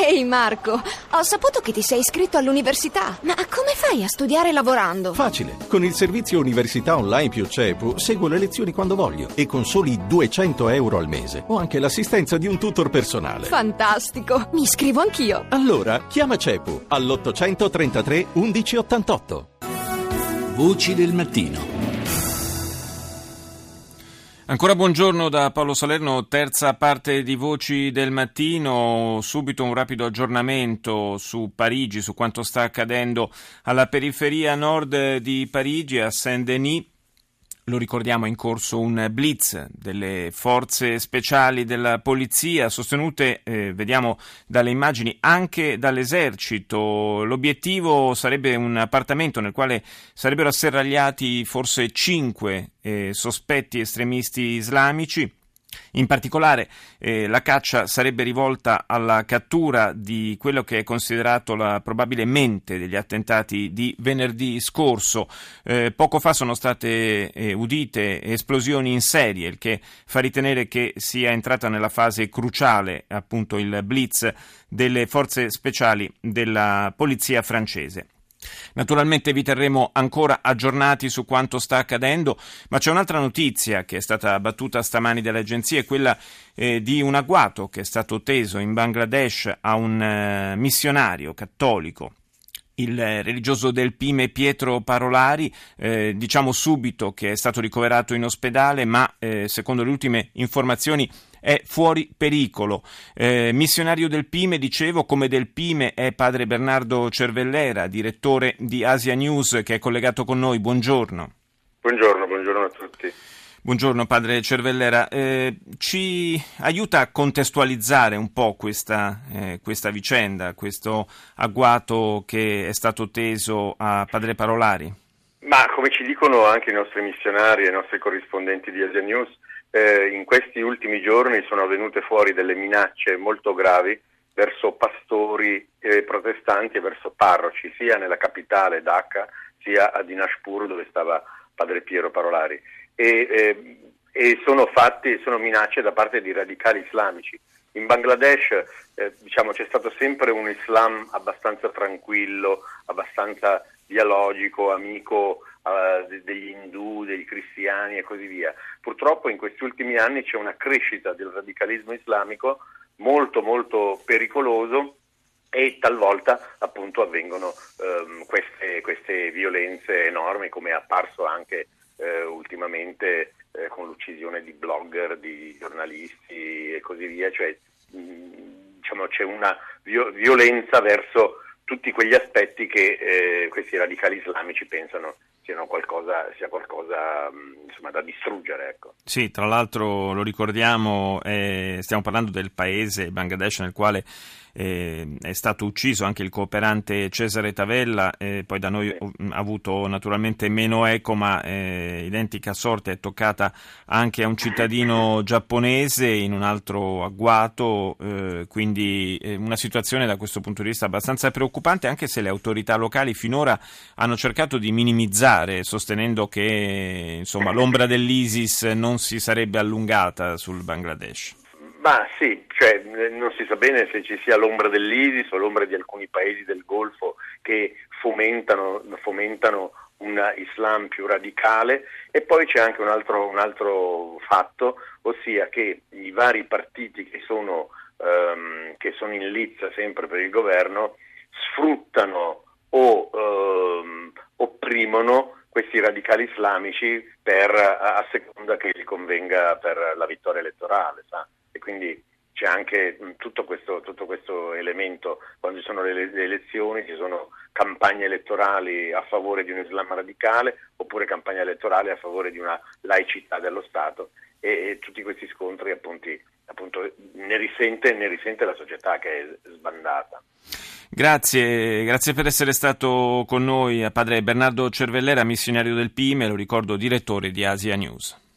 Ehi Marco, ho saputo che ti sei iscritto all'università. Ma come fai a studiare lavorando? Facile. Con il servizio Università Online più CEPU seguo le lezioni quando voglio e con soli 200 euro al mese ho anche l'assistenza di un tutor personale. Fantastico, mi iscrivo anch'io. Allora chiama CEPU all'833 1188. Voci del mattino. Ancora buongiorno da Paolo Salerno, terza parte di Voci del Mattino. Subito un rapido aggiornamento su Parigi, su quanto sta accadendo alla periferia nord di Parigi, a Saint-Denis. Lo ricordiamo, è in corso un blitz delle forze speciali della polizia, sostenute, vediamo dalle immagini, anche dall'esercito. L'obiettivo sarebbe un appartamento nel quale sarebbero asserragliati forse 5 sospetti estremisti islamici. In particolare la caccia sarebbe rivolta alla cattura di quello che è considerato la probabile mente degli attentati di venerdì scorso. Poco fa sono state udite esplosioni in serie, il che fa ritenere che sia entrata nella fase cruciale appunto il blitz delle forze speciali della polizia francese. Naturalmente vi terremo ancora aggiornati su quanto sta accadendo, ma c'è un'altra notizia che è stata battuta stamani dalle agenzie, quella di un agguato che è stato teso in Bangladesh a un missionario cattolico, il religioso del Pime Pietro Parolari. Diciamo subito che è stato ricoverato in ospedale, ma secondo le ultime informazioni è fuori pericolo. Missionario del Pime, dicevo, come del Pime è padre Bernardo Cervellera, direttore di Asia News, che è collegato con noi. Buongiorno. Buongiorno a tutti. Buongiorno padre Cervellera, ci aiuta a contestualizzare un po' questa vicenda, questo agguato che è stato teso a padre Parolari? Ma come ci dicono anche i nostri missionari e i nostri corrispondenti di Asia News, in questi ultimi giorni sono avvenute fuori delle minacce molto gravi verso pastori protestanti e verso parroci, sia nella capitale Dhaka sia a Dinajpur, dove stava padre Piero Parolari. E sono minacce da parte di radicali islamici. In Bangladesh c'è stato sempre un Islam abbastanza tranquillo, abbastanza dialogico, amico degli indù, dei cristiani e così via. Purtroppo in questi ultimi anni c'è una crescita del radicalismo islamico molto molto pericoloso, e talvolta appunto avvengono queste violenze enormi, come è apparso anche ultimamente con l'uccisione di blogger, di giornalisti e così via. C'è una violenza verso tutti quegli aspetti che questi radicali islamici pensano sia qualcosa da distruggere, ecco. Sì, tra l'altro lo ricordiamo, stiamo parlando del paese Bangladesh nel quale è stato ucciso anche il cooperante Cesare Tavella, poi da noi ha avuto naturalmente meno eco, ma identica sorte è toccata anche a un cittadino giapponese in un altro agguato, quindi una situazione da questo punto di vista abbastanza preoccupante, anche se le autorità locali finora hanno cercato di minimizzare, sostenendo che l'ombra dell'ISIS non si sarebbe allungata sul Bangladesh. Ma sì, non si sa bene se ci sia l'ombra dell'ISIS o l'ombra di alcuni paesi del Golfo che fomentano un Islam più radicale. E poi c'è anche un altro fatto, ossia che i vari partiti che sono in lizza sempre per il governo sfruttano o opprimono questi radicali islamici a seconda che gli convenga per la vittoria elettorale, sa? E quindi c'è anche tutto questo elemento. Quando ci sono le elezioni, ci sono campagne elettorali a favore di un Islam radicale oppure campagne elettorali a favore di una laicità dello Stato, e tutti questi scontri appunto ne risente la società, che è sbandata. Grazie per essere stato con noi a padre Bernardo Cervellera, missionario del Pime, lo ricordo direttore di Asia News.